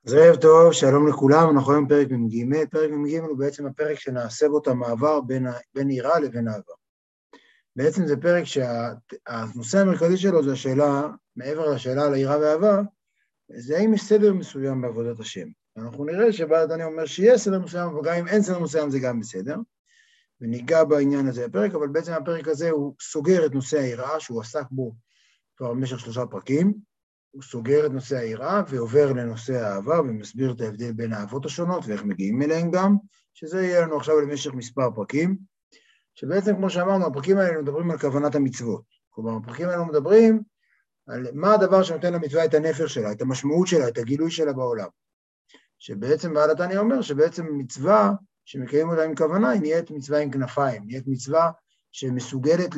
אז ערב טוב, שלום לכולם, אנחנו היום פרק מ"ג. פרק מ"ג הוא בעצם הפרק שנעשה בו את המעבר בין יראה לבין אהבה. בעצם זה פרק שהנושא המרכזי שלו זה השאלה, מעבר לשאלה על היראה ואהבה, זה האם יש סדר מסוים בעבודת השם. אנחנו נראה שבעל התניא אומר שיש סדר מסוים, וגם אם אין סדר מסוים זה גם בסדר, וניגע בעניין הזה הפרק, אבל בעצם הפרק הזה הוא סוגר את נושא היראה, שהוא עסק בו כבר במשך 3 פרקים, הוא סוגר את נושא היראה ועובר לנושא האהבה ומסביר את ההבדל בין האהבות השונות ואיך מגיעים אליהם גם, שזה יהיה לנו עכשיו למשך מספר פרקים, שבעצם כמו שאמרנו, הפרקים האלה מדברים על כוונת המצוות. כלומר, הפרקים האלה מדברים על מה הדבר שנותן למצווה את הנפח שלה, את המשמעות שלה, את הגילוי שלה בעולם. שבעצם בעל התניא אומר שבעצם מצווה שמקיים אותה עם כוונה, היא נהיית מצווה עם כנפיים, נהיית מצווה שמסוגלת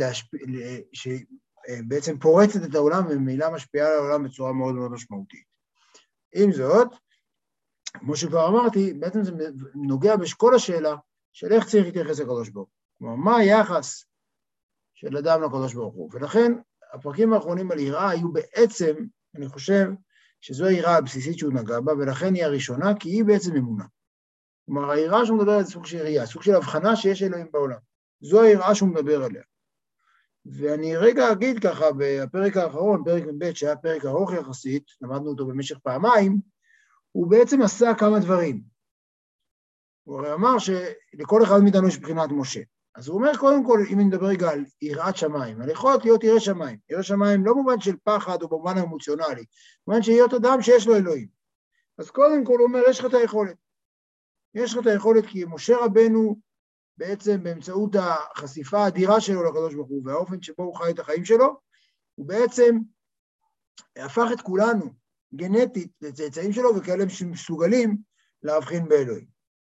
בעצם פורצת את העולם וממילא משפיעה על העולם בצורה מאוד מאוד משמעותית. עם זאת, כמו שכבר אמרתי, בעצם זה נוגע בכל השאלה של איך צריך להתייחס לקדוש ברוך הוא. כלומר, מה היחס של אדם לקדוש ברוך הוא. ולכן הפרקים האחרונים על יראה היו בעצם, אני חושב, שזו היראה הבסיסית שהוא נגע בה, ולכן היא הראשונה, כי היא בעצם אמונה. כלומר, היראה שהוא מדבר על סוג של ראייה, סוג של הבחנה שיש אלוהים בעולם. זו היראה שהוא מדבר עליה. ואני רגע אגיד ככה, בפרק האחרון, פרק מב' שהיה פרק ארוך יחסית, למדנו אותו במשך פעמיים, הוא בעצם עשה כמה דברים. הוא הרי אמר שלכל אחד מאיתנו יש בחינת משה. אז הוא אומר קודם כל, אם אני מדבר רגע על יראת שמיים, על יכולת להיות ירא שמיים. ירא שמיים לא במובן של פחד או במובן האמוציונלי, במובן להיות אדם שיש לו אלוהים. אז קודם כל הוא אומר, יש לך את היכולת. יש לך את היכולת כי משה רבנו, בעצם באמצעות החשיפה האדירה שלו לקדוש ברוך הוא, והאופן שבו הוא חי את החיים שלו, הוא בעצם הפך את כולנו גנטית לצאצאים שלו, וכאלה שמסוגלים להבחין באלוהים.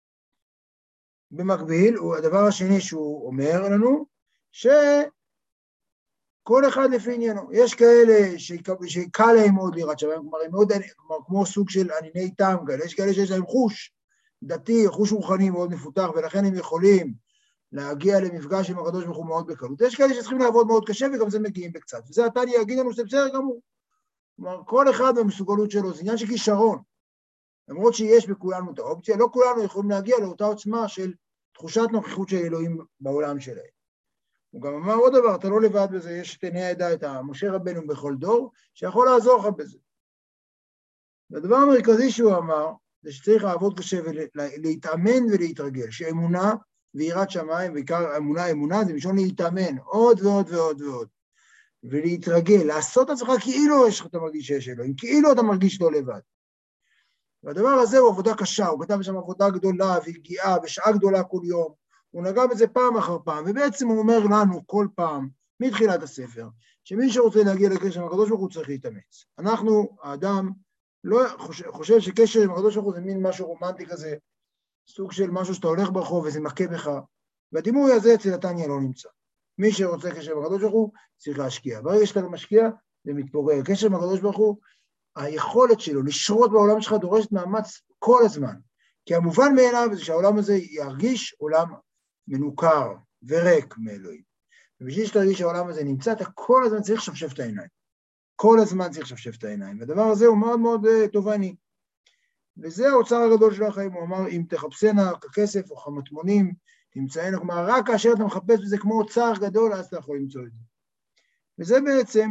במקביל, הדבר השני שהוא אומר לנו, שכל אחד לפי עניינו. יש כאלה שקל להם מאוד ליראת שמיים, כלומר, כמו סוג של עניני טעם כאלה, יש כאלה שיש להם חוש דתי, חוש רוחני מאוד מפותח, ולכן הם יכולים להגיע למפגש עם הקדוש ברוך הוא מאוד בקלות. יש כאלה שצריכים לעבוד מאוד קשה, וגם זה מגיעים בקצת. וזה התניא יגיד לנו שזה בסדר גמור. כלומר, כל אחד במסוגלות שלו, זה עניין של כישרון. למרות שיש בכולנו את האופציה, לא כולנו יכולים להגיע לאותה עוצמה של תחושת נוכחות של אלוהים בעולם שלהם. הוא גם אמר עוד דבר, אתה לא לבד בזה, יש את עיני העדה, את משה רבנו בכל דור, שיכול לעזור לך בזה. והדבר המרכזי שהוא אמר, זה שצריך לעבוד קשה ולהתאמן ולהתרגל, שאמונה ויראת שמיים, בעיקר אמונה, זה משון להתאמן, עוד ועוד ועוד ועוד, ולהתרגל, לעשות את עצמך כאילו אתה מרגיש שיש אלוהים, כאילו אתה מרגיש לא לבד. והדבר הזה הוא עבודה קשה, הוא כתב שם עבודה גדולה והגיעה בשעה גדולה כל יום, הוא נגע בזה פעם אחר פעם, ובעצם הוא אומר לנו כל פעם, מתחילת הספר, שמי שרוצה להגיע לקשר עם הקדוש ברוך הוא צריך להתאמץ. אנחנו, האדם, לא חושב שקשר עם הקדוש ברוך הוא זה מין משהו רומנטי כזה, סוג של משהו שאתה הולך ברחוב וזה מכה בך, והדימוי הזה אצל התניא לא נמצא. מי שרוצה קשר עם הקדוש ברוך הוא צריך להשקיע. ברגע שאתה לא משקיע, זה מתפורר. קשר עם הקדוש ברוך הוא, היכולת שלו לשרות בעולם שלך דורשת מאמץ כל הזמן. כי המובן מאליו זה שהעולם הזה ירגיש עולם מנוכר וריק מאלוהים. ובשביל שתרגיש שהעולם הזה נמצא, אתה כל הזמן צריך לשפשף את העיניים. כל הזמן צריך לשפשף את העיניים. והדבר הזה הוא מאוד מאוד תובעני. וזה האוצר הגדול של החיים. הוא אמר, אם תחפשנה ככסף או כמטמונים, תמצאנה, כלומר, רק כאשר אתה מחפש בזה כמו אוצר גדול, אז אתה יכול למצוא את זה. וזה בעצם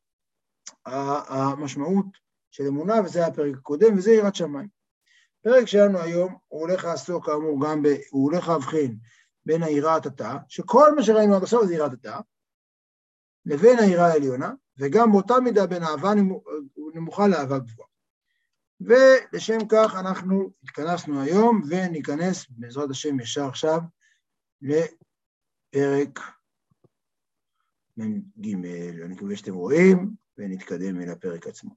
המשמעות של אמונה, וזה הפרק הקודם, וזה יראת שמיים. הפרק שלנו היום, הוא הולך לעסוק, כאמור, הוא הולך להבחין בין היראת התא, שכל מה שראינו עד עכשיו זה יראת התא, לבין היראה העליונה, וגם באותה מידה בין אהבה נמוכה לאהבה גבוהה. ולשם כך אנחנו התכנסנו היום, וניכנס בעזרת השם ישר עכשיו לפרק ג'. אני מקווה שאתם רואים, ונתקדם אל הפרק עצמו.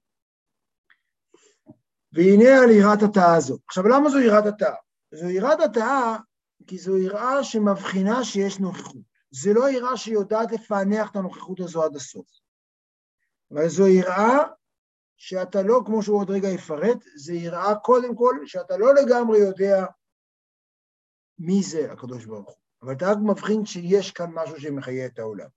והנה על יראת התא הזו. עכשיו, למה זו יראת התא? זו יראת התא, כי זו יראה שמבחינה שיש נוכחות. זה לא יראה שיודעת לפענח את הנוכחות הזו עד הסוף. אבל זו יראה שאתה לא, כמו שהוא עוד רגע יפרט, זה יראה קודם כל שאתה לא לגמרי יודע מי זה הקדוש ברוך הוא. אבל אתה רק מבחין שיש כאן משהו שמחיה את העולם.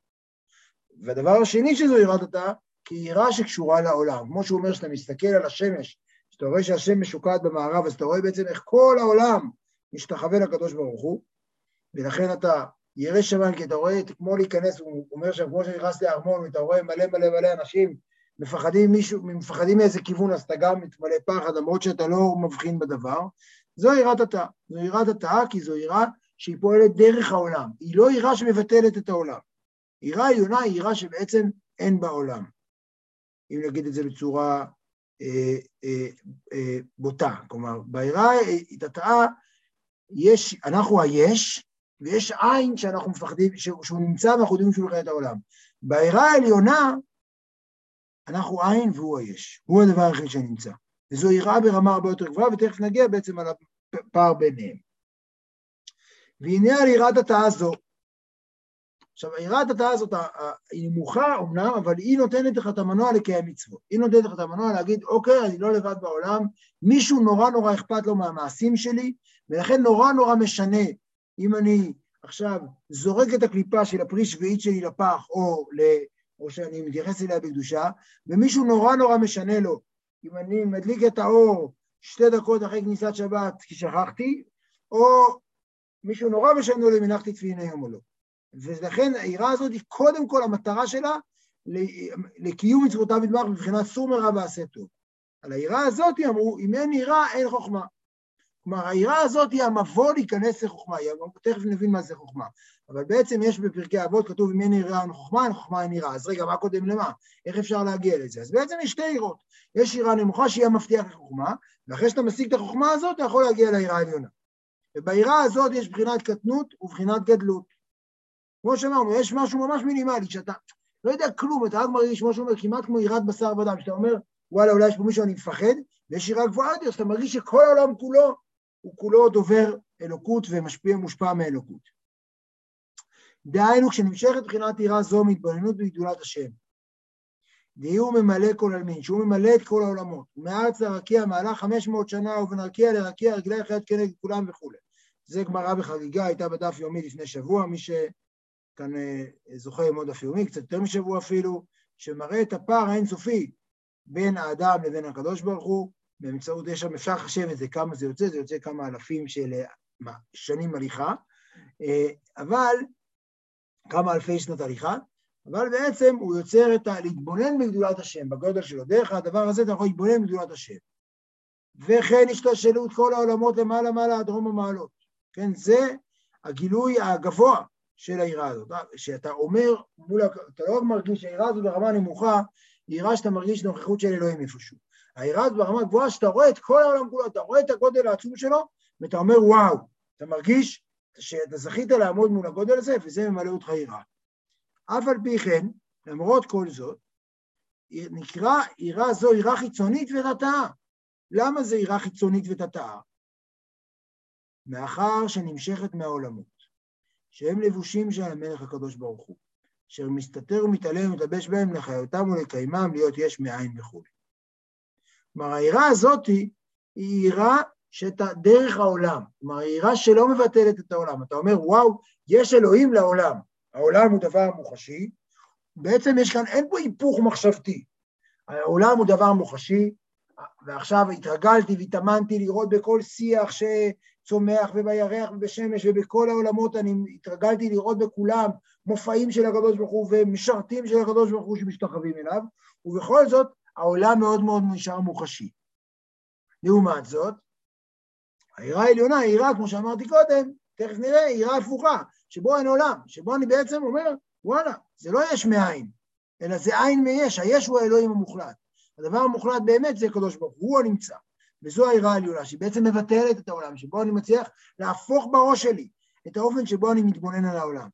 והדבר השני שזו יראת התא, כי היא יראה שקשורה לעולם. כמו שהוא אומר שאתה מסתכל על השמש כשאתה רואה שהשם משוקעת במערב, אז אתה רואה בעצם איך כל העולם משתחווה לקדוש ברוך הוא, ולכן אתה ירא שמיים, כי אתה רואה, כמו להיכנס, הוא אומר שם, כמו שנכנס לארמון, ואתה רואה מלא מלא מלא אנשים, מפחדים מאיזה כיוון, אז אתה גם מתמלא פחד, למרות שאתה לא מבחין בדבר. זו יראת התאה. זו יראת התאה, כי זו יראה שהיא פועלת דרך העולם. היא לא יראה שמבטלת את העולם. יראה עליונה היא יראה שבעצם אין בעולם. אם נגיד את זה בצורה בוטה. כלומר, ביראה התאה, אנחנו היש, ויש עין שאנחנו מפחדים, שהוא נמצא ואנחנו יודעים שהוא לחיות העולם. ביראה העליונה, אנחנו עין והוא היש. הוא הדבר היחיד שנמצא. וזו יראה ברמה הרבה יותר גבוהה, ותכף נגיע בעצם על הפער ביניהם. והנה על יראת התאה הזו. עכשיו, יראת התאה הזאת היא נמוכה אומנם, אבל היא נותנת לך את המנוע לקיים מצוות. היא נותנת לך את המנוע להגיד, אוקיי, אני לא לבד בעולם, מישהו נורא נורא אכפת לו מהמעשים שלי, ולכן נורא נורא משנה אם אני עכשיו זורק את הקליפה של הפרי שביעית שלי לפח, או שאני מתייחס אליה בקדושה, ומישהו נורא נורא משנה לו, אם אני מדליק את האור 2 דקות אחרי כניסת שבת כי שכחתי, או מישהו נורא משנה לו אם הנחתי תפילין היום או לא. ולכן היראה הזאת היא קודם כל המטרה שלה לקיום מצוותיו יתברך מבחינת סור מרע ועשה טוב. על היראה הזאת אמרו, אם אין יראה אין חוכמה. כלומר, היראה הזאת היא המבוא להיכנס לחוכמה, תכף נבין מה זה חוכמה. אבל בעצם יש בפרקי אבות, כתוב אם אין יראה אין חוכמה, אין חוכמה אין יראה. אז רגע, מה קודם למה? איך אפשר להגיע לזה? אז בעצם יש 2 יראות. יש יראה נמוכה שהיא המבטיח לחוכמה, ואחרי שאתה משיג את החוכמה הזאת, אתה יכול להגיע ליראה העליונה. וביראה הזאת יש בחינת קטנות ובחינת גדלות. כמו שאמרנו, יש משהו ממש מינימלי, שאתה לא יודע כלום, אתה רק מרגיש, כמו שאומר, כמעט כמו יראת בשר ודם, שאתה אומר, וואלה, אולי יש פה מישהו אני מפחד, ויש יראה גבוהה יותר, שאתה מרגיש שכל העולם כולו, הוא כולו דובר אלוקות ומשפיע מושפע מאלוקות. דהיינו, כשנמשכת בחינת יראה זו מתבוננות בגדולת השם, והוא ממלא כל עלמין, שהוא ממלא את כל העולמות, ומארץ לרקיע מעלה 500 שנה, ובין רקיע לרקיע רגלי חיית כנגד כולם וכו'. זה גמרא בחגיגה, הייתה בדף יומי לפני שבוע, מי שכאן זוכה עם עוד דף יומי, קצת יותר משבוע אפילו, שמראה את הפער האינסופי בין האדם לבין הקדוש ברוך הוא, באמצעות, יש שם אפשר לחשב את זה, כמה זה יוצא כמה אלפים של שנים הליכה, אבל, כמה אלפי שנות הליכה, אבל בעצם הוא יוצר להתבונן בגדולת השם, בגודל שלו. דרך הדבר הזה אתה יכול להתבונן בגדולת השם. וכן השתלשלו את כל העולמות למעלה מעלה עד רום המעלות. כן, זה הגילוי הגבוה של היראה הזאת. שאתה אומר, אתה לא רק מרגיש שהיראה הזאת ברמה נמוכה, היא יראה שאתה מרגיש נוכחות של אלוהים איפשהו. היראה הזאת ברמה גבוהה שאתה רואה את כל העולם כולו, אתה רואה את הגודל העצום שלו, ואתה אומר וואו, אתה מרגיש שאתה זכית לעמוד מול הגודל הזה, וזה ממלא אותך יראה. אף על פי כן, למרות כל זאת, נקרא יראה זו יראה חיצונית ותתאה. למה זה יראה חיצונית ותתאה? מאחר שנמשכת מהעולמות, שהם לבושים של המלך הקדוש ברוך הוא, אשר מסתתר ומתעלם ומתלבש בהם לחיותם ולקיימם, להיות יש מאין וכו'. כלומר, היראה הזאת היא יראה שאתה דרך העולם, כלומר, היראה שלא מבטלת את העולם. אתה אומר, וואו, יש אלוהים לעולם. העולם הוא דבר מוחשי, בעצם יש כאן, אין פה היפוך מחשבתי. העולם הוא דבר מוחשי, ועכשיו התרגלתי והתאמנתי לראות בכל שיח שצומח ובירח ובשמש ובכל העולמות, אני התרגלתי לראות בכולם מופעים של הקדוש ברוך הוא ומשרתים של הקדוש ברוך הוא שמשתחווים אליו, ובכל זאת העולם מאוד מאוד נשאר מוחשי. לעומת זאת, היראה העליונה היא יראה, כמו שאמרתי קודם, תכף נראה, היא יראה הפוכה, שבו אין עולם, שבו אני בעצם אומר, וואלה, זה לא יש מאין, אלא זה עין מיש, היש הוא האלוהים המוחלט. הדבר המוחלט באמת זה הקדוש ברוך הוא הנמצא, וזו היראה העליונה, שהיא בעצם מבטלת את העולם, שבו אני מצליח להפוך בראש שלי את האופן שבו אני מתבונן על העולם.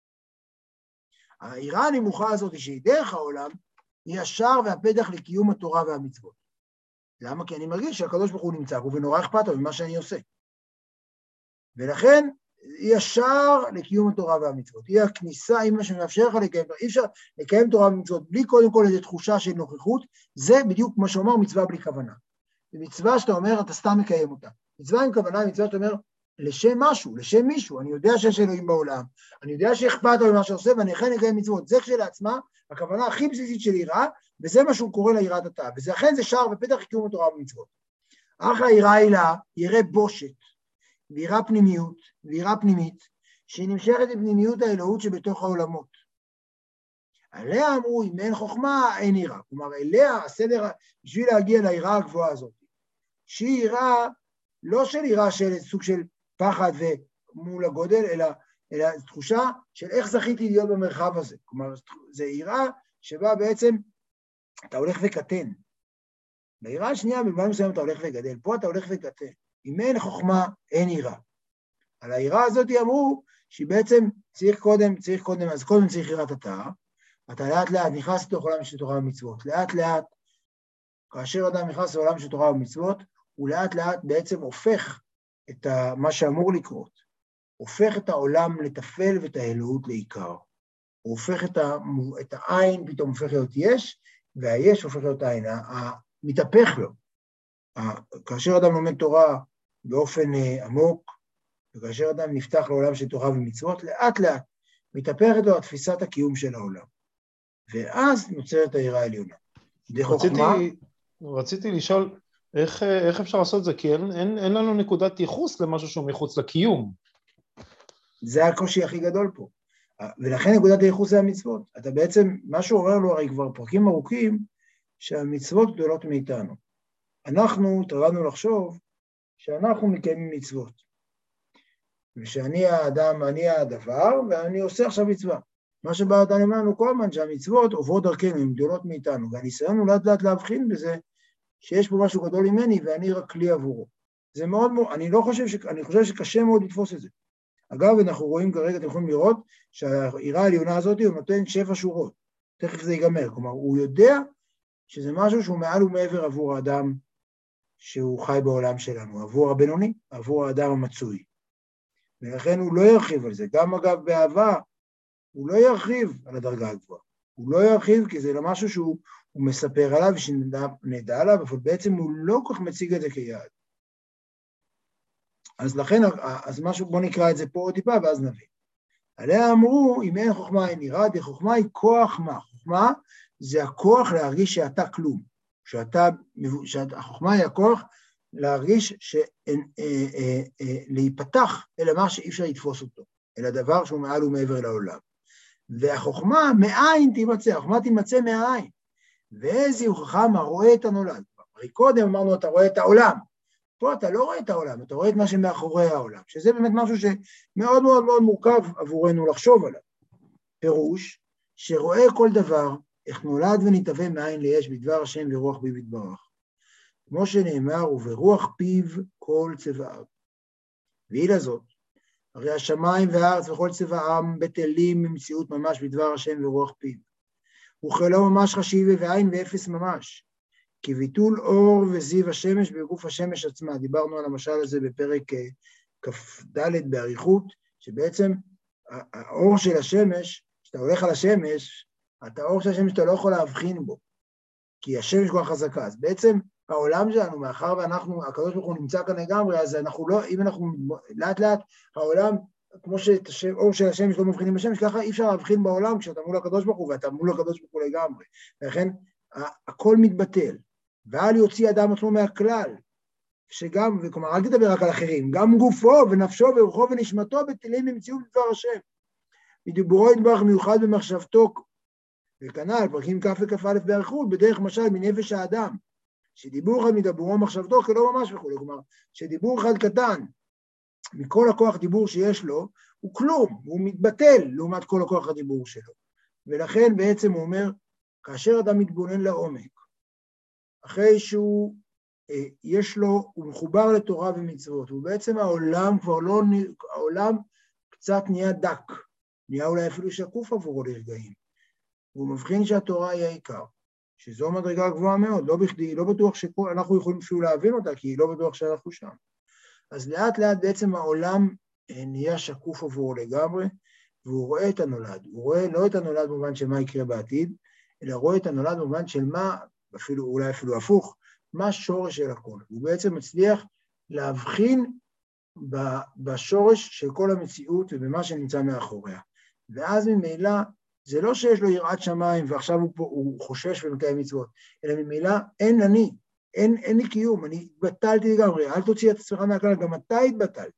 היראה הנמוכה הזאת, שהיא דרך העולם, היא השער והפתח לקיום התורה והמצוות. למה? כי אני מרגיש שהקדוש ברוך הוא נמצא, ונורא אכפת לו ממה שאני עושה. ולכן, היא השער לקיום התורה והמצוות. היא הכניסה, היא מה שמאפשר לך לקיים, אי אפשר לקיים תורה ומצוות בלי קודם כל איזו תחושה של נוכחות, זה בדיוק מה שאומר מצווה בלי כוונה. זה מצווה שאתה אומר, אתה סתם מקיים אותה. מצווה עם כוונה, היא מצווה שאתה אומר, לשם משהו, לשם מישהו, אני יודע שיש אלוהים בעולם, אני יודע שאכפת לו ממה שעושה, ואני אכן אקיים מצוות. זה כשלעצמה, הכוונה הכי בסיסית של יראה, וזה מה שהוא קורא ליראת התאה, וזה אכן זה שער ופתח לקיום התורה ומצוות. אך היראה הילה, יראה בושת, ויראה פנימיות, ויראה פנימית, שהיא נמשכת בפנימיות האלוהות שבתוך העולמות. עליה אמרו, אם אין חוכמה, אין יראה. כלומר, אליה הסדר, בשביל להגיע ליראה הגבוהה הזאת, שהיא יראה, לא של יראה של סוג של פחד ומול הגודל, אלא תחושה של איך זכיתי להיות במרחב הזה. כלומר, זה יראה שבה בעצם אתה הולך וקטן. ביראה השנייה, במובן מסוים אתה הולך וגדל. פה אתה הולך וקטן. אם אין חוכמה, אין יראה. על היראה הזאת אמרו, שהיא בעצם צריך קודם, אז קודם צריך יראת התאה, אתה לאט לאט נכנס לתוך עולם של תורה ומצוות. לאט לאט, כאשר אדם נכנס לעולם של תורה ומצוות, הוא לאט לאט בעצם הופך את מה שאמור לקרות, הופך את העולם לטפל ואת האלוהות לעיקר. הוא הופך את העין, פתאום הופך להיות יש, והיש הופך להיות העין, מתהפך לו. כאשר אדם לומד תורה באופן עמוק, וכאשר אדם נפתח לעולם של תורה ומצוות, לאט לאט מתהפכת לו תפיסת הקיום של העולם. ואז נוצרת היראה העליונה. רציתי לשאול, איך אפשר לעשות את זה? כי אין לנו נקודת ייחוס למשהו שהוא מחוץ לקיום. זה הקושי הכי גדול פה. ולכן נקודת הייחוס זה המצוות. אתה בעצם, מה שהוא אומר לו, הרי כבר פרקים ארוכים, שהמצוות גדולות מאיתנו. אנחנו תרדנו לחשוב שאנחנו מקיימים מצוות. ושאני האדם, אני הדבר, ואני עושה עכשיו מצווה. מה שבא אותנו אמרנו כל הזמן, שהמצוות עוברות דרכנו, הן גדולות מאיתנו, והניסיון הוא לאט לאט להבחין בזה, שיש פה משהו גדול ממני, ואני רק כלי עבורו. זה מאוד מאוד, אני חושב שקשה מאוד לתפוס את זה. אגב, אנחנו רואים כרגע, אתם יכולים לראות, שהיראה העליונה הזאת הוא נותן 7 שורות. תכף זה ייגמר. כלומר, הוא יודע שזה משהו שהוא מעל ומעבר עבור האדם שהוא חי בעולם שלנו, עבור הבינוני, עבור האדם המצוי. ולכן הוא לא ירחיב על זה. גם אגב באהבה, הוא לא ירחיב על הדרגה הגבוהה. הוא לא ירחיב כי זה לא משהו שהוא מספר עליו ושנדע עליו, אבל בעצם הוא לא כל כך מציג את זה כיעד. אז לכן, בוא נקרא את זה פה עוד טיפה ואז נבין. עליה אמרו, אם אין חוכמה אין יראה, חוכמה היא כוח מה? חוכמה זה הכוח להרגיש שאתה כלום. החוכמה היא הכוח להרגיש להיפתח אל מה שאי אפשר לתפוס אותו, אל הדבר שהוא מעל ומעבר לעולם. והחוכמה מאין תימצא, החוכמה תימצא מהעין. ואיזה הוא חכם הרואה את הנולד. הרי קודם אמרנו, אתה רואה את העולם. פה אתה לא רואה את העולם, אתה רואה את מה שמאחורי העולם, שזה באמת משהו שמאוד מאוד מאוד מורכב עבורנו לחשוב עליו. פירוש, שרואה כל דבר, איך נולד ונתהווה מאין ליש בדבר השם ורוח פיו יתברך. כמו שנאמר, וברוח פיו כל צבאיו. והיא לזאת, הרי השמיים והארץ וכל צבאם בטלים ממציאות ממש בדבר השם ורוח פיו. וכלא ממש חשיבה ועין ואפס ממש. כביטול אור וזיו השמש בגוף השמש עצמה. דיברנו על המשל הזה בפרק כ"ד באריכות, שבעצם האור של השמש, כשאתה הולך על השמש, את האור של השמש אתה לא יכול להבחין בו, כי השמש כבר חזקה. אז בעצם העולם שלנו, מאחר ואנחנו, הקדוש ברוך הוא נמצא כאן לגמרי, אז אנחנו לא, אם אנחנו לאט לאט, העולם, כמו שהאור של השמש לא מבחינים בשמש, ככה אי אפשר להבחין בעולם כשאתה מול הקדוש ברוך הוא, ואתה מול הקדוש ברוך הוא לגמרי. ולכן הכל מתבטל. ואל יוציא אדם עצמו מהכלל, שגם, וכלומר, אל תדבר רק על אחרים, גם גופו ונפשו ורוחו ונשמתו בטלים במציאות דבר השם. מדיבורו יתברך מיוחד במחשבתו, וכנ"ל, פרקים כ' וכ"א באריכות, בדרך משל מנפש האדם, שדיבור אחד מדבורו מחשבתו כלא ממש וכו'. כלומר, שדיבור אחד קטן, מכל הכוח דיבור שיש לו, הוא כלום, הוא מתבטל לעומת כל הכוח הדיבור שלו. ולכן בעצם הוא אומר, כאשר אדם מתבונן לעומק, אחרי שהוא, יש לו, הוא מחובר לתורה ומצוות, ובעצם העולם כבר לא, העולם קצת נהיה דק, נהיה אולי אפילו שקוף עבורו לרגעים, והוא מבחין שהתורה היא העיקר, שזו מדרגה גבוהה מאוד, לא בכדי, לא בטוח שאנחנו יכולים אפילו להבין אותה, כי לא בטוח שאנחנו שם. אז לאט לאט בעצם העולם נהיה שקוף עבורו לגמרי, והוא רואה את הנולד, הוא רואה לא את הנולד במובן של מה יקרה בעתיד, אלא רואה את הנולד במובן של מה, אולי אפילו הפוך, מה שורש של הכל. הוא בעצם מצליח להבחין בשורש של כל המציאות ובמה שנמצא מאחוריה. ואז ממילא, זה לא שיש לו יראת שמיים ועכשיו הוא חושש ומקיים מצוות, אלא ממילא אין אני, אין לי קיום, אני התבטלתי לגמרי, אל תוציא את עצמך מהכלל, גם אתה התבטלת.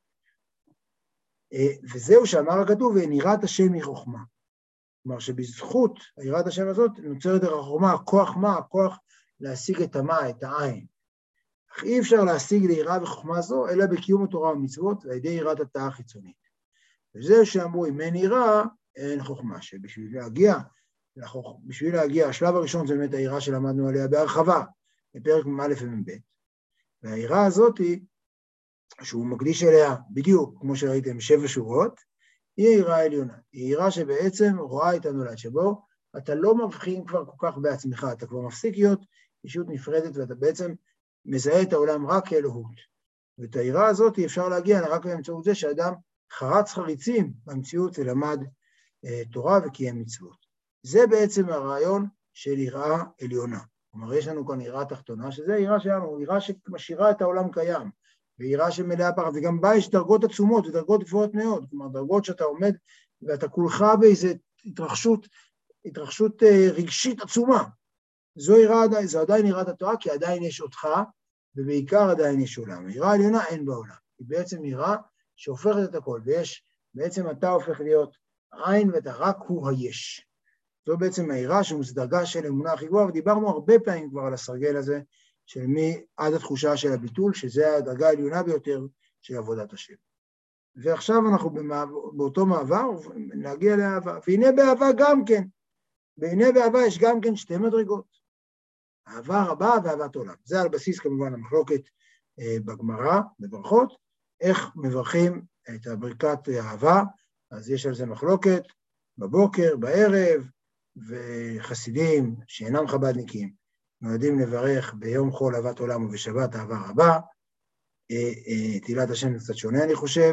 וזהו שאמר הכתוב, ונראת השם מחוכמה. כלומר שבזכות היראת השם הזאת נוצרת החוכמה, הכוח מה? הכוח להשיג את המה, את העין. אך אי אפשר להשיג ליראה וחוכמה זו, אלא בקיום התורה ומצוות, ועל ידי יראת התא החיצונית. וזה שאמרו, אם אין יראה, אין חוכמה, שבשביל להגיע, השלב הראשון זה באמת היראה שלמדנו עליה בהרחבה, בפרק מ"א ומ"ב. והיראה הזאת, שהוא מקדיש אליה בדיוק, כמו שראיתם, 7 שורות, היא היראה העליונה. היא יראה שבעצם רואה את הנולד, שבו אתה לא מבחין כבר כל כך בעצמך, אתה כבר מפסיק להיות אישות נפרדת, ואתה בעצם מזהה את העולם רק כאלוהות. ואת היראה הזאת אפשר להגיע רק באמצעות זה שאדם חרץ חריצים במציאות ולמד תורה וקיים מצוות. זה בעצם הרעיון של יראה עליונה. כלומר, יש לנו כאן יראה תחתונה, שזה היראה שלנו, יראה שמשאירה את העולם קיים, ויראה שמלאה פחד, וגם בה יש דרגות עצומות ודרגות גבוהות מאוד, כלומר, דרגות שאתה עומד ואתה כולך באיזו התרחשות רגשית עצומה. זו עדיין יראת התורה, כי עדיין יש אותך, ובעיקר עדיין יש עולם. יראה עליונה אין בעולם. היא בעצם יראה שהופכת את הכל, ויש, בעצם אתה הופך להיות עין, ואתה רק הוא היש. זו בעצם היראה שמוסדרגה של אמונה הכי גבוהה, ודיברנו הרבה פעמים כבר על הסרגל הזה, של עד התחושה של הביטול, שזה הדרגה העליונה ביותר של עבודת השם. ועכשיו אנחנו באותו מעבר, נגיע לאהבה. והנה באהבה גם כן, והנה באהבה יש גם כן 2 מדרגות. אהבה רבה ואהבת עולם. זה על בסיס כמובן המחלוקת בגמרא, בברכות, איך מברכים את הברכת האהבה, אז יש על זה מחלוקת בבוקר, בערב, וחסידים שאינם חב"דניקים, נועדים לברך ביום חול אהבת עולם ובשבת אהבה רבה, תהילת השם קצת שונה אני חושב,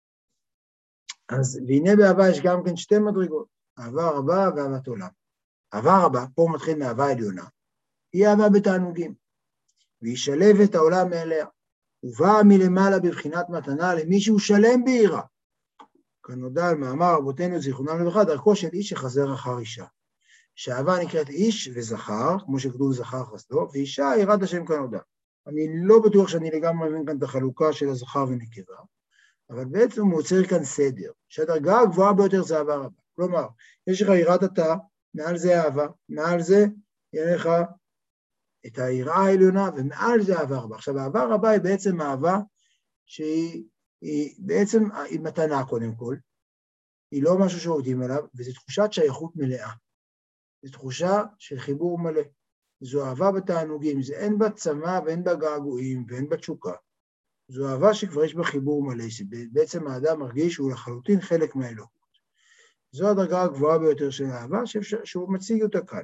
אז והנה באהבה יש גם כן 2 מדרגות, אהבה רבה ואהבת עולם. אהבה רבה, פה מתחיל מאהבה עליונה, היא אהבה בתענוגים, והיא שלבת את העולם מאליה, ובאה מלמעלה בבחינת מתנה למי שהוא שלם ביראה. כאן נודע על מאמר רבותינו זיכרונם לברכה, דרכו של איש שחזר אחר אישה. שאהבה נקראת איש וזכר, כמו שכתוב זכר חסדו, ואישה יראת השם כאן נודע. אני לא בטוח שאני לגמרי מבין כאן את החלוקה של הזכר ונקבה, אבל בעצם הוא יוצר כאן סדר, שהדרגה הגבוהה ביותר זה אהבה רבה. כלומר, יש לך יראת התא, מעל זה אהבה, מעל זה יהיה לך את היראה העליונה, ומעל זה אהבה רבה. עכשיו, אהבה רבה היא בעצם אהבה שהיא בעצם היא מתנה קודם כל, היא לא משהו שעובדים עליו, וזו תחושת שייכות מלאה. זו תחושה של חיבור מלא. זו אהבה בתענוגים, זה אין בה צמא ואין בה געגועים ואין בה תשוקה. זו אהבה שכבר יש בה חיבור מלא, שבעצם האדם מרגיש שהוא לחלוטין חלק מהאלוהות. זו הדרגה הגבוהה ביותר של האהבה, שהוא מציג אותה כאן.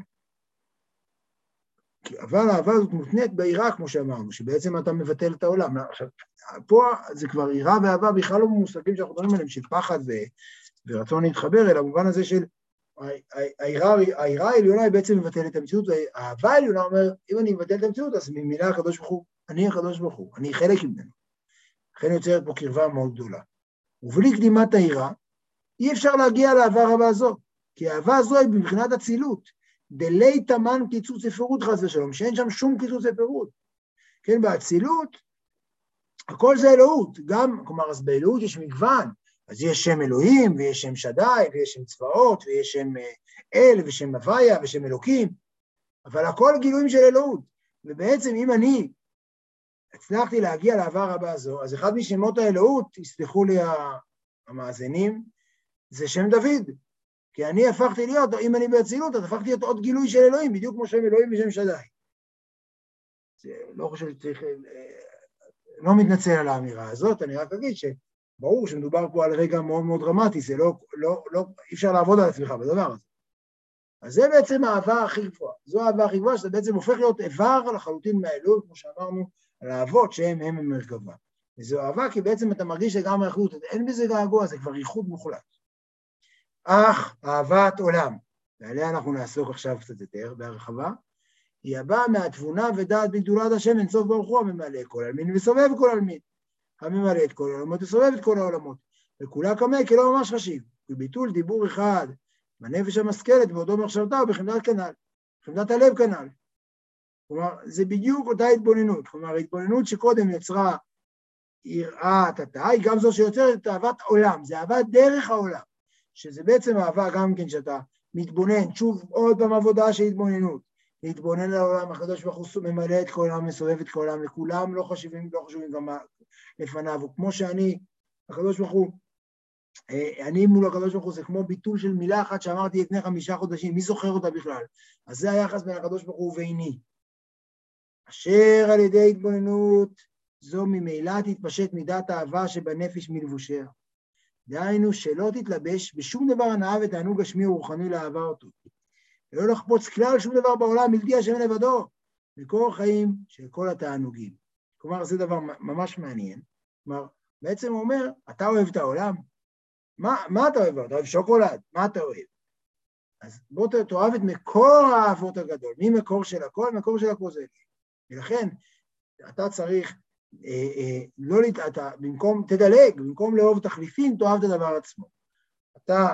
אבל האהבה הזאת מותנית ביראה, כמו שאמרנו, שבעצם אתה מבטל את העולם. עכשיו, פה זה כבר יראה ואהבה, בכלל לא מושגים שאנחנו מדברים עליהם, של פחד ורצון להתחבר, אלא במובן הזה של היראה העליונה היא בעצם מבטלת את המציאות, והאהבה העליונה אומר, אם אני מבטל את המציאות, אז ממילא הקדוש ברוך הוא, אני הקדוש ברוך הוא, אני חלק ממנו. לכן יוצרת פה קרבה מאוד גדולה. ובלי קדימת היראה, אי אפשר להגיע לאהבה רבה הזו, כי האהבה הזו היא מבחינת הצילות, דלי תמן קיצוץ הפירות חס ושלום, שאין שם שום קיצוץ הפירות. כן, באצילות, הכל זה אלוהות, גם, כלומר, אז באלוהות יש מגוון, אז יש שם אלוהים, ויש שם שדי, ויש שם צבאות, ויש שם אל, ושם הוויה, ושם אלוקים, אבל הכל גילויים של אלוהות. ובעצם אם אני הצלחתי להגיע לאהבה רבה הזו, אז אחד משמות האלוהות, יסלחו לי המאזינים, זה שם דוד. כי אני הפכתי להיות, אם אני באצילות, אז הפכתי להיות עוד גילוי של אלוהים, בדיוק כמו שם אלוהים ושם שדי. זה לא חושב שצריך, לא מתנצל על האמירה הזאת, אני רק אגיד שברור שמדובר פה על רגע מאוד מאוד דרמטי, זה אי אפשר לעבוד על עצמך בדבר הזה. אז זה בעצם האהבה הכי גבוהה. זו האהבה הכי גבוהה, שזה בעצם הופך להיות איבר לחלוטין מהאלוהות, כמו שאמרנו, על האהבות שהם המרכבה. וזו אהבה כי בעצם אתה מרגיש שגם האחדות, אין בזה געגוע, זה כבר ייחוד מוחלט. אך אהבת עולם, ועליה אנחנו נעסוק עכשיו קצת יותר בהרחבה, היא הבאה מהתבונה ודעת בגדולת השם אין סוף ברוך הוא, הממלא כל עלמין וסובב כל עלמין, הממלא את כל העולמות וסובב את כל העולמות, וכולה כמה כלא ממש חשיב, וביטול דיבור אחד בנפש המשכלת בעודו מחשבתה ובחמדת כנ"ל, חמדת הלב כנ"ל. כלומר, זה בדיוק אותה התבוננות, כלומר, ההתבוננות שקודם יצרה יראת התא, היא גם זו שיוצרת את אהבת עולם, זה אהבת דרך העולם, שזה בעצם אהבה גם כן שאתה מתבונן, שוב עוד פעם עבודה של התבוננות, להתבונן על העולם, הקדוש ברוך הוא ממלא את כל העולם, מסובב את כל העולם, לכולם לא חשובים גם לפניו, וכמו שאני, הקדוש ברוך הוא, אני מול הקדוש ברוך הוא זה כמו ביטול של מילה אחת שאמרתי לפני 5 חודשים, מי זוכר אותה בכלל? אז זה היחס בין הקדוש ברוך הוא וביני. אשר על ידי התבוננות זו ממילא תתפשט מידת האהבה שבנפש מלבושיה. דהיינו שלא תתלבש בשום דבר הנאה ותענוג גשמי ורוחני לאהבה אותו. ולא לחפוץ כלל שום דבר בעולם בלתי השם לבדו, מקור החיים של כל התענוגים. כלומר, זה דבר ממש מעניין. כלומר, בעצם הוא אומר, אתה אוהב את העולם? מה אתה אוהב? אתה אוהב שוקולד? מה אתה אוהב? אז בוא תאהב את מקור האהבות הגדול. מי מקור של הכל? מקור של הכל זה. ולכן, אתה צריך, לא אתה, במקום, תדלג, במקום לאהוב תחליפים, תאהב את הדבר עצמו. אתה,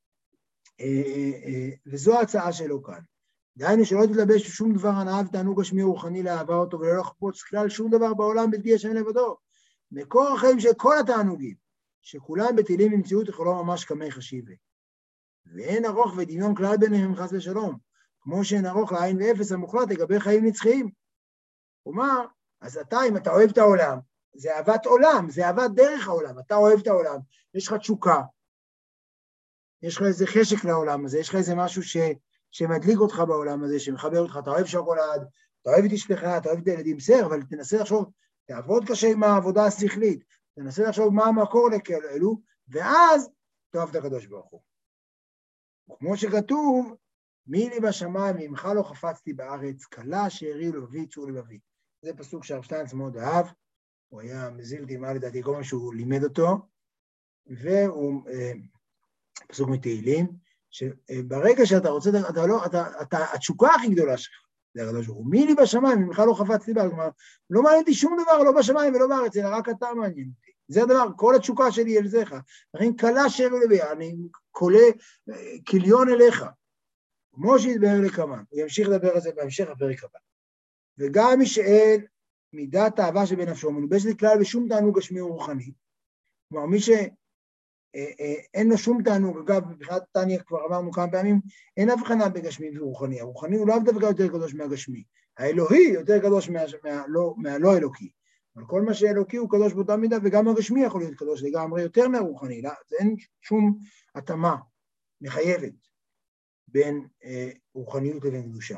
וזו ההצעה שלו כאן. דהיינו שלא תתלבש שום דבר הנאה ותענוג גשמי ורוחני לאהבה אותו, ולא לחפוץ כלל שום דבר בעולם בלתי השם לבדו. מקור החיים של כל התענוגים, שכולם בטילים במציאות יכולו ממש כמי חשיבה. ואין ארוך ודמיון כלל ביניהם חס ושלום, כמו שאין ארוך לעין ואפס המוחלט לגבי חיים נצחיים. כלומר, אז אתה, אם אתה אוהב את העולם, זה אהבת עולם, זה אהבת דרך העולם, אתה אוהב את העולם, יש לך תשוקה, יש לך איזה חשק לעולם הזה, יש לך איזה משהו שמדליק אותך בעולם הזה, שמחבר אותך, אתה אוהב שוקולד, אתה אוהב את אשתך, אתה אוהב את הילדים, בסדר, אבל תנסה לחשוב, תעבוד קשה עם העבודה השכלית, תנסה לחשוב מה המקור לכאלו, ואז תאהב את הקדוש ברוך הוא. וכמו שכתוב, מי לי בשמיים, ממך לא חפצתי בארץ, קלה שארי לבבי צור לבבי. זה פסוק שהרב שטיינץ מאוד אהב, הוא היה מזיל דמעה לדעתי כל מה שהוא לימד אותו, והוא פסוק מתהילים, שברגע שאתה רוצה, התשוקה הכי גדולה שלך, זה הקדוש ברוך הוא, מי לי בשמיים, ממך לא חפצתי בארץ, כלומר, לא מעניין אותי שום דבר, לא בשמיים ולא בארץ, אלא רק אתה מעניין אותי. זה הדבר, כל התשוקה שלי אל זך, לכן קלה שארי לבבי, אני קולה כליון אליך. כמו שהתבהר לקמן, הוא ימשיך לדבר על זה בהמשך הפרק הבא. וגם מי שאין מידת האהבה שבנפשו, מלובשת כלל בשום תענוג גשמי ורוחני, כלומר מי שאין לו שום תענוג, אגב, מבחינת תניא כבר אמרנו כמה פעמים, אין הבחנה בגשמי ורוחני, הרוחני הוא לא דווקא יותר קדוש מהגשמי, האלוהי יותר קדוש מהלא אלוקי, אבל כל מה שאלוקי הוא קדוש באותה מידה, וגם הגשמי יכול להיות קדוש לגמרי יותר מהרוחני, לא? זה אין שום התאמה מחייבת. בין רוחניות לבין קדושה.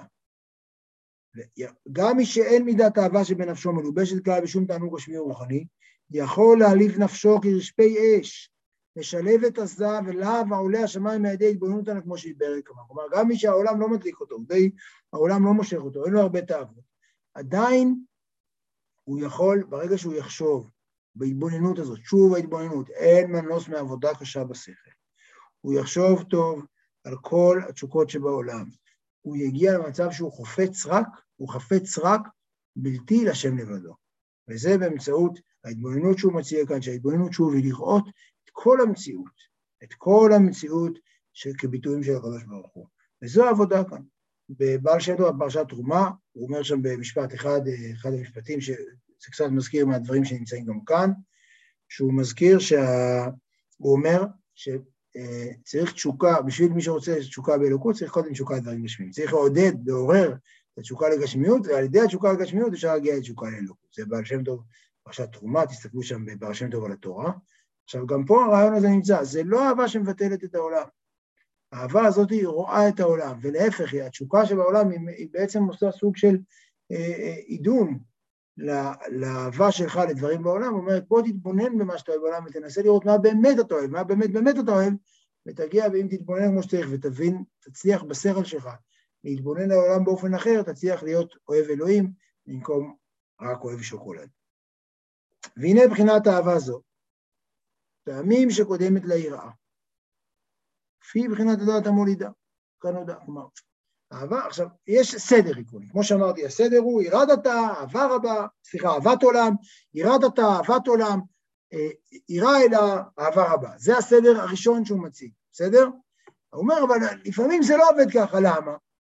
גם מי שאין מידת אהבה שבנפשו מלובשת כלל בשום תענוג גשמי ורוחני, יכול להעליב נפשו כרשפי אש, לשלב את הזהב ולהב העולה השמיים מידי התבוננות עליו כמו שהתבהר כמה. כלומר, גם מי שהעולם לא מדליק אותו, העולם לא מושך אותו, אין לו הרבה תאוות, עדיין הוא יכול, ברגע שהוא יחשוב בהתבוננות הזאת, שוב ההתבוננות, אין מנוס מעבודה קשה בשכל. הוא יחשוב טוב, על כל התשוקות שבעולם, הוא יגיע למצב שהוא חפץ רק בלתי לשם לבדו. וזה באמצעות ההתבוננות שהוא מציע כאן, שההתבוננות שוב היא לראות את כל המציאות כביטויים של הקדוש ברוך הוא. וזו העבודה כאן. בבעל שם טוב בפרשת תרומה, הוא אומר שם במשפט אחד המשפטים, שזה קצת מזכיר מהדברים שנמצאים גם כאן, שהוא מזכיר הוא אומר צריך תשוקה, בשביל מי שרוצה תשוקה באלוקות, צריך קודם תשוקה לדברים גשמיים. צריך לעורר את התשוקה לגשמיות, ועל ידי התשוקה לגשמיות אפשר להגיע לתשוקה לאלוקות. זה בעל שם טוב, פרשת תרומה, תסתכלו שם בבעל שם טוב על התורה. עכשיו, גם פה הרעיון הזה נמצא, זה לא אהבה שמבטלת את העולם. האהבה הזאת היא רואה את העולם, ולהפך, התשוקה שבעולם היא בעצם עושה סוג של עידון לאהבה שלך לדברים בעולם, אומרת, בוא תתבונן במה שאתה אוהב בעולם, ותנסה לראות מה באמת אתה אוהב, מה באמת אתה אוהב, ותגיע, ואם תתבונן כמו שצריך, ותבין, תצליח בשכל שלך, להתבונן לעולם באופן אחר, תצליח להיות אוהב אלוהים, במקום רק אוהב שוקולד. והנה בחינת האהבה זו, פעמים שקודמת ליראה, כפי בחינת הדעת המולידה, כאן הודעה, כלומר, אהבה, עכשיו, יש סדר עקרוני, כמו שאמרתי, הסדר הוא ירדת, אהבת עולם, ירדת, אהבת עולם, יראה אלה, אהבה רבה. זה הסדר הראשון שהוא מציג, בסדר? הוא אומר, אבל לפעמים זה לא עובד ככה, למה?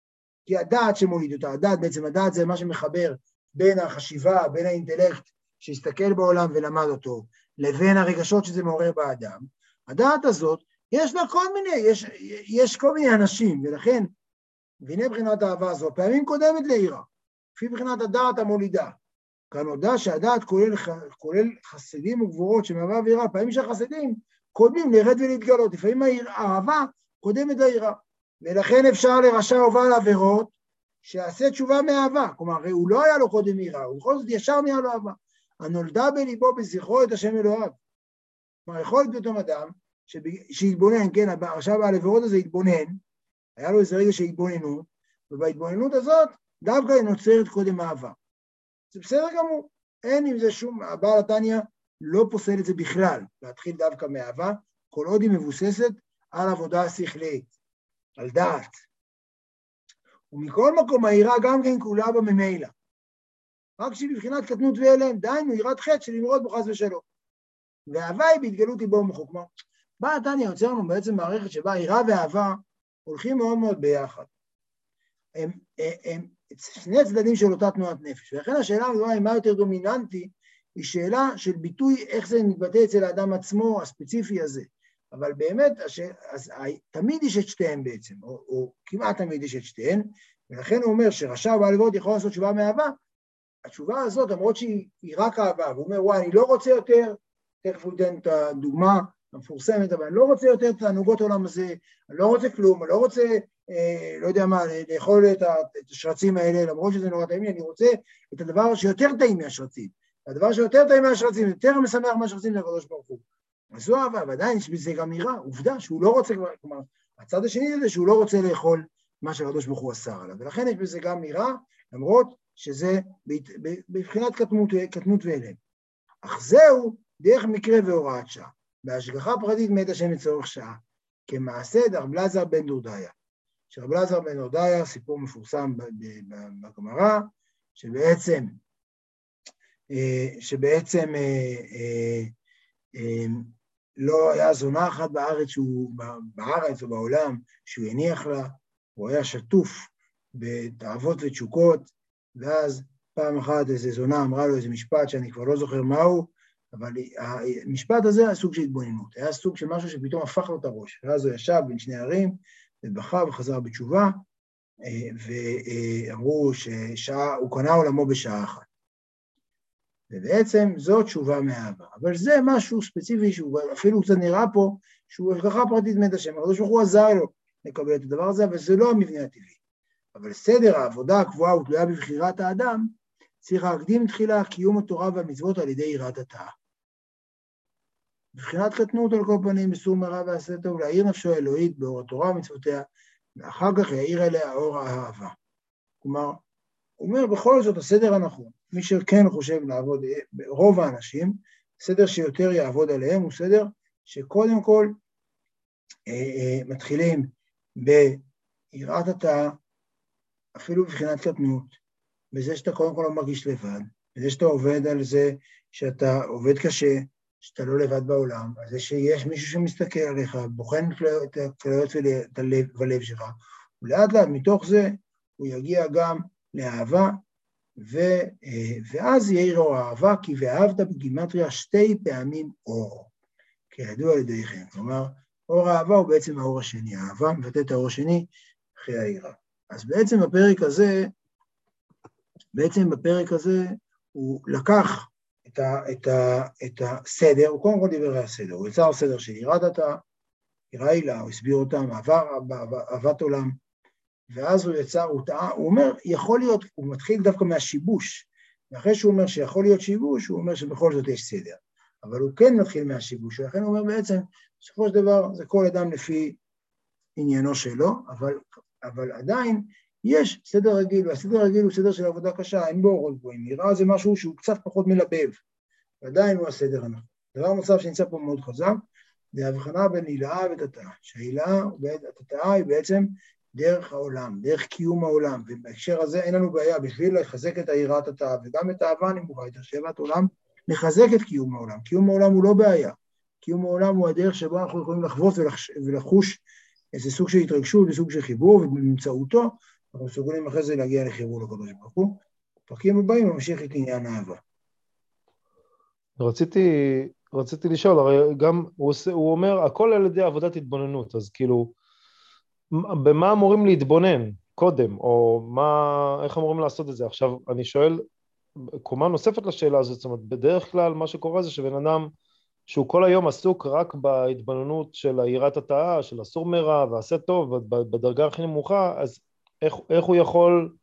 כי הדעת שמוליד אותה, הדעת בעצם, הדעת זה מה שמחבר בין החשיבה, בין האינטלקט שהסתכל בעולם ולמד אותו, לבין הרגשות שזה מעורר באדם. הדעת הזאת, יש לה כל מיני, יש כל מיני אנשים, ולכן, והנה בחינת האהבה הזו, פעמים קודמת ליראה, לפי בחינת הדעת המולידה. כאן הודע שהדעת כולל חסדים וגבורות שמהווה ויראה, פעמים שהחסדים קודמים לרד ולהתגלות, לפעמים האהבה קודמת ליראה, ולכן אפשר לרשע הובל לעבירות שיעשה תשובה מאהבה, כלומר, הרי הוא לא היה לו קודם יראה, הוא בכל זאת ישר נהיה לו אהבה, הנולדה בליבו בזכרו את השם אלוהיו. כלומר, יכול להיות באותו אדם שהתבונן, כן, עכשיו העבירות הזה התבונן, היה לו איזה רגע שהתבוננו, ובהתבוננות הזאת דווקא היא נוצרת קודם אהבה. זה בסדר גמור, אין עם זה שום, הבעל התניא לא פוסל את זה בכלל, להתחיל דווקא מאהבה, כל עוד היא מבוססת על עבודה שכלית, על דעת. ומכל מקום העירה גם כן כולה בממילא. רק שבבחינת קטנות ואלם, דהיינו יראת חטא של למרוד בו חס ושלום. ואהבה היא בהתגלות ליבו ומוחו. כלומר, בעל התניא יוצר לנו בעצם מערכת שבה עירה ואהבה הולכים מאוד מאוד ביחד. הם שני צדדים של אותה תנועת נפש, ולכן השאלה הזו, מה יותר דומיננטי, היא שאלה של ביטוי איך זה מתבטא אצל האדם עצמו, הספציפי הזה. אבל באמת, תמיד יש את שתיהן בעצם, או כמעט תמיד יש את שתיהן, ולכן הוא אומר שרשע בעל עבירות יכול לעשות תשובה מאהבה, התשובה הזאת, למרות שהיא רק אהבה, והוא אומר, וואי, אני לא רוצה יותר, תכף הוא ייתן את הדוגמה המפורסמת, אבל אני לא רוצה יותר תענוגות העולם הזה, אני לא רוצה כלום, אני לא רוצה, לא יודע מה, לאכול את השרצים האלה, למרות שזה נורא טעים לי, אני רוצה את הדבר שיותר טעים מהשרצים. הדבר שיותר טעים מהשרצים, יותר משמח מהשרצים, זה הקדוש ברוך הוא. אז זו אהבה, ועדיין יש בזה גם נראה, עובדה שהוא לא רוצה, כלומר, הצד השני זה שהוא לא רוצה לאכול מה שהקדוש ברוך הוא אסר עליו, ולכן יש בזה גם נראה, למרות שזה בבחינת קטנות ואלם. אך זהו דרך מקרה והוראת שעה. בהשגחה פרטית מת השם לצורך שעה, כמעשה רב אלעזר בן דורדיא. שרב אלעזר בן דורדיא, סיפור מפורסם בגמרא, שבעצם לא היה זונה אחת בארץ או בעולם שהוא הניח לה, הוא היה שטוף בתאוות ותשוקות, ואז פעם אחת איזו זונה אמרה לו איזה משפט שאני כבר לא זוכר מהו, אבל המשפט הזה היה סוג של התבוננות, היה סוג של משהו שפתאום הפך לו את הראש, ואז הוא ישב בין שני ערים, ובכה וחזר בתשובה, ואמרו שהוא קנה עולמו בשעה אחת. ובעצם זו תשובה מאהבה, אבל זה משהו ספציפי שהוא אפילו קצת נראה פה, שהוא השגחה פרטית מת השם, הקדוש ברוך הוא עזר לו לקבל את הדבר הזה, אבל זה לא המבנה הטבעי. אבל סדר העבודה הקבועה ותלויה בבחירת האדם, צריך להקדים תחילה קיום התורה והמצוות על ידי יראת התאה. בבחינת קטנות על כל פנים, בסור מרע ועשה טוב, להאיר נפשו האלוהית באור התורה ומצוותיה, ואחר כך יאיר אליה אור האהבה. כלומר, הוא אומר בכל זאת הסדר הנכון, מי שכן חושב לעבוד, רוב האנשים, סדר שיותר יעבוד עליהם, הוא סדר שקודם כל מתחילים ביראת התאה, אפילו בבחינת קטנות, בזה שאתה קודם כל לא מרגיש לבד, בזה שאתה עובד על זה שאתה עובד קשה, שאתה לא לבד בעולם, על זה שיש מישהו שמסתכל עליך, בוחן את הכליות ולב שלך, ולאט לאט מתוך זה הוא יגיע גם לאהבה, ואז יאיר אור האהבה, כי ואהבת בגימטריה 2 פעמים אור, כידוע על ידיכם. כלומר, אור האהבה הוא בעצם האור השני, האהבה מבטא את האור השני אחרי היראה. אז בעצם בפרק הזה הוא לקח את הסדר, הוא קודם כל דיבר על הסדר, הוא יצר סדר של יראת התאה, יראה הילה, הוא הסביר אותם, אהבת עולם, ואז הוא יצר, הוא אומר, יכול להיות, הוא מתחיל דווקא מהשיבוש, ואחרי שהוא אומר שיכול להיות שיבוש, הוא אומר שבכל זאת יש סדר, אבל הוא כן מתחיל מהשיבוש, ולכן הוא אומר בעצם, בסופו של דבר, זה כל אדם לפי עניינו שלו, אבל עדיין יש סדר רגיל, והסדר הרגיל הוא סדר של עבודה קשה, אין בו אורות גבוהים, יראה זה משהו שהוא קצת פחות מלבב, ועדיין הוא הסדר הנכון. דבר נוסף שנמצא פה מאוד חזק, זה הבחנה בין הילאה ותתאה, שההילאה והתתאה היא בעצם דרך העולם, דרך קיום העולם, ובהקשר הזה אין לנו בעיה, בשביל לחזק את היראת התתאה, וגם את האהבה הנמוכה, את השאבת עולם, לחזק את קיום העולם. קיום העולם הוא לא בעיה, קיום העולם הוא הדרך שבה אנחנו יכולים לחוות ולחוש איזה סוג של התרגשות, איזה סוג של חיבור, ובאמצעותו אנחנו מסוגלים אחרי זה להגיע לחיבור לקדוש ברוך הוא. בפרקים הבאים ממשיך את עניין האהבה. רציתי לשאול, הרי גם הוא אומר, הכל על ידי עבודת התבוננות, אז כאילו, במה אמורים להתבונן קודם, או איך אמורים לעשות את זה? עכשיו, אני שואל, קומה נוספת לשאלה הזאת, זאת אומרת, בדרך כלל מה שקורה זה שבן אדם, שהוא כל היום עסוק רק בהתבוננות של יראת התאה, של אסור מרע ועשה טוב, בדרגה הכי נמוכה, אז איך הוא יכול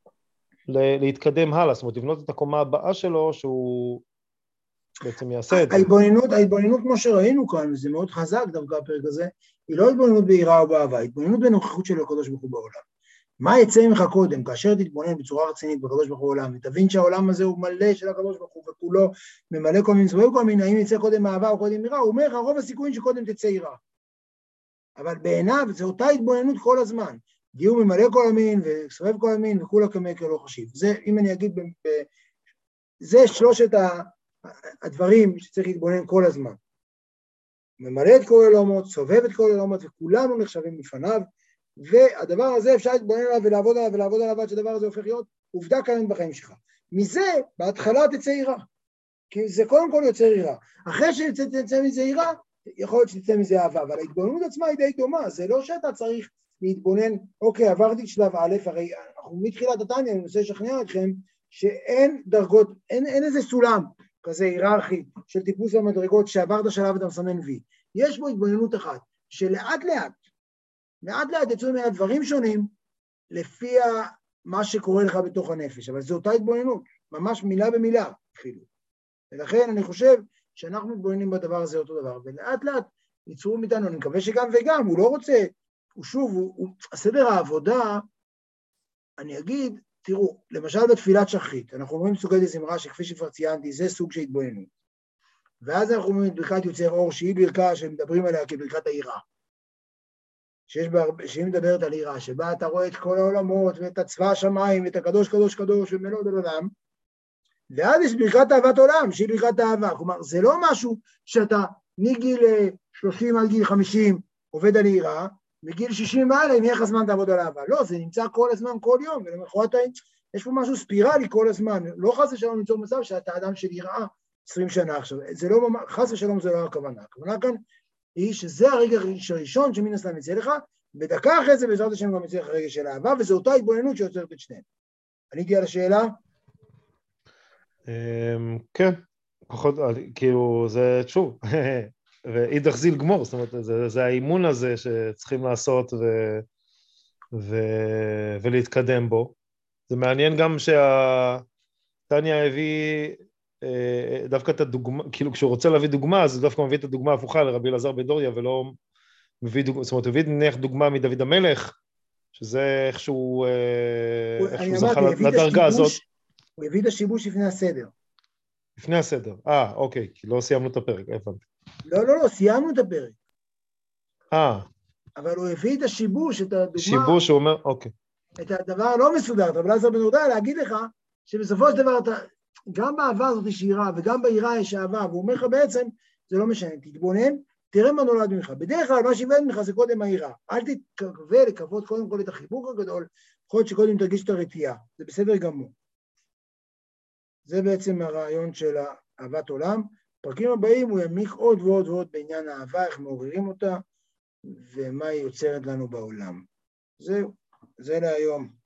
להתקדם הלאה? זאת אומרת, לבנות את הקומה הבאה שלו, שהוא בעצם יעשה את זה. ההתבוננות, כמו שראינו כאן, זה מאוד חזק דווקא הפרק הזה, היא לא התבוננות ביראה או באהבה, התבוננות בנוכחות של הקדוש ברוך הוא בעולם. מה יצא ממך קודם, כאשר תתבונן בצורה רצינית בקדוש ברוך הוא בעולם, ותבין שהעולם הזה הוא מלא של הקדוש ברוך הוא, וכולו ממלא כל מיני צבעים, כל מיני, האם יצא קודם אהבה או קודם יראה, הוא אומר לך, רוב הסיכויים שקודם תצא יראה. אבל בעיניו, זו אותה התבוננות כל הזמן. דיור ממלא כל המין, וסובב כל המין, וכולה כמקר לא חשיב. זה, אם אני אגיד, זה שלושת הדברים שצריך להתבונן כל הזמן. ממלא את כל העולמות, סובב את כל העולמות, וכולנו נחשבים לפניו, והדבר הזה אפשר להתבונן עליו ולעבוד עליו עד שהדבר הזה הופך להיות עובדה קיימת בחיים שלך. מזה, בהתחלה תצא יראה. כי זה קודם כל יוצר יראה. אחרי שתצא מזה יראה, יכול להיות שתצא מזה אהבה, אבל ההתבוננות עצמה היא די דומה. זה לא שאתה צריך להתבונן, אוקיי, עברתי את שלב א', הרי אנחנו מתחילת התניא, אני רוצה לשכנע אתכם, שאין דרגות, אין איזה סולם כזה היררכי של טיפוס המדרגות שעברת שלב ואתה מסמן וי. יש בו התבוננות אחת, שלאט לאט יצאו ממנה דברים שונים, לפי מה שקורה לך בתוך הנפש, אבל זו אותה התבוננות, ממש מילה במילה אפילו. ולכן אני חושב שאנחנו מתבוננים בדבר הזה אותו דבר, ולאט לאט ייצרו מאיתנו, אני מקווה שגם וגם, הוא לא רוצה, הסדר העבודה, אני אגיד, תראו, למשל בתפילת שחרית, אנחנו אומרים סוגי דזמרה שכפי שכבר ציינתי, זה סוג של התבוננות. ואז אנחנו אומרים את ברכת יוצר אור, שהיא ברכה שמדברים עליה כברכת היראה. שהיא מדברת על יראה, שבה אתה רואה את כל העולמות, ואת צבא השמיים, ואת הקדוש קדוש קדוש, ומלוא עולם, ואז יש ברכת אהבת עולם, שהיא ברכת האהבה. כלומר, זה לא משהו שאתה מגיל 30 עד גיל 50 עובד על יראה, מגיל 60 מעלה, אם יהיה לך זמן תעבוד על אהבה. לא, זה נמצא כל הזמן, כל יום, ולמחרת יש פה משהו ספירלי כל הזמן. לא חס ושלום ליצור מצב שאתה אדם של יראה 20 שנה עכשיו. זה לא, חס ושלום זה לא הכוונה. הכוונה כאן היא שזה הרגע הראשון שמן הסתם יצא לך, בדקה אחרי זה בעזרת השם גם יצא לך רגע של אהבה, וזו אותה התבוננות שיוצרת את שניהם. עניתי על השאלה? כן, פחות, כאילו זה שוב, ואידך זיל גמור, זאת אומרת, זה האימון הזה שצריכים לעשות ולהתקדם בו. זה מעניין גם שהתניא הביא דווקא את הדוגמה, כאילו כשהוא רוצה להביא דוגמה, אז הוא דווקא מביא את הדוגמה הפוכה לרבי אלעזר בן דוריה, ולא מביא דוגמה, זאת אומרת, הוא הביא נניח דוגמה מדוד המלך, שזה איכשהו זכה לדרגה הזאת. הוא הביא את השיבוש לפני הסדר. לפני הסדר, אוקיי, כי לא סיימנו את הפרק, הבנתי. לא, סיימנו את הפרק. אבל הוא הביא את השיבוש, את הדוגמה. שיבוש, הוא אומר, אוקיי. את הדבר הלא מסודר, רבי אלעזר בן דוריה, להגיד לך, שבסופו של דבר, גם באהבה הזאת יש יראה, וגם ביראה יש אהבה, והוא אומר לך בעצם, זה לא משנה, תתבונן, תראה מה נולד ממך. בדרך כלל, מה שיבד ממך זה קודם היראה. אל תתקווה לקוות קודם כל את החיבוק הגדול, יכול להיות שקודם תרגיש את הרתיעה, זה בסדר גמור. זה בעצם הרעיון של אהבת עולם. בפרקים הבאים הוא יעמיק עוד ועוד ועוד בעניין האהבה, איך מעוררים אותה, ומה היא יוצרת לנו בעולם. זהו, זה להיום.